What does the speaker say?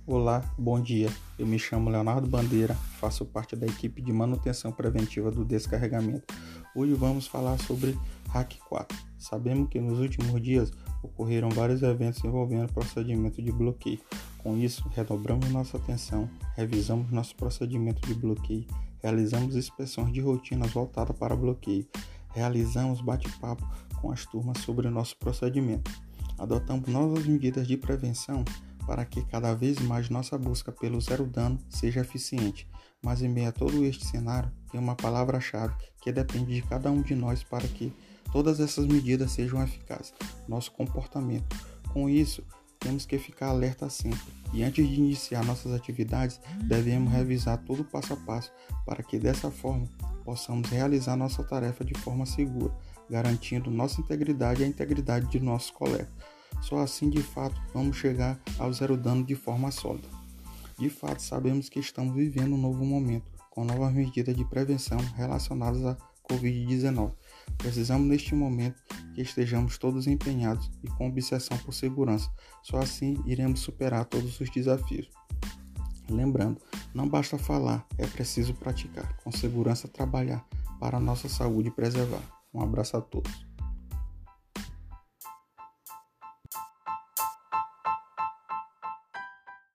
Olá, bom dia. Eu me chamo Leonardo Bandeira, faço parte da equipe de manutenção preventiva do descarregamento. Hoje vamos falar sobre Hack 4. Sabemos que nos últimos dias ocorreram vários eventos envolvendo procedimento de bloqueio. Com isso, redobramos nossa atenção, revisamos nosso procedimento de bloqueio, realizamos inspeções de rotinas voltadas para bloqueio, realizamos bate-papo com as turmas sobre o nosso procedimento. Adotamos novas medidas de prevenção para que cada vez mais nossa busca pelo zero dano seja eficiente. Mas em meio a todo este cenário, tem uma palavra-chave que depende de cada um de nós para que todas essas medidas sejam eficazes: nosso comportamento. Com isso, temos que ficar alerta sempre. E antes de iniciar nossas atividades, devemos revisar todo o passo a passo para que dessa forma possamos realizar nossa tarefa de forma segura, garantindo nossa integridade e a integridade de nossos colegas. Só assim, de fato, vamos chegar ao zero dano de forma sólida. De fato, sabemos que estamos vivendo um novo momento, com novas medidas de prevenção relacionadas à Covid-19. Precisamos, neste momento, que estejamos todos empenhados e com obsessão por segurança. Só assim iremos superar todos os desafios. Lembrando, não basta falar, é preciso praticar. Com segurança, trabalhar para a nossa saúde preservar. Um abraço a todos.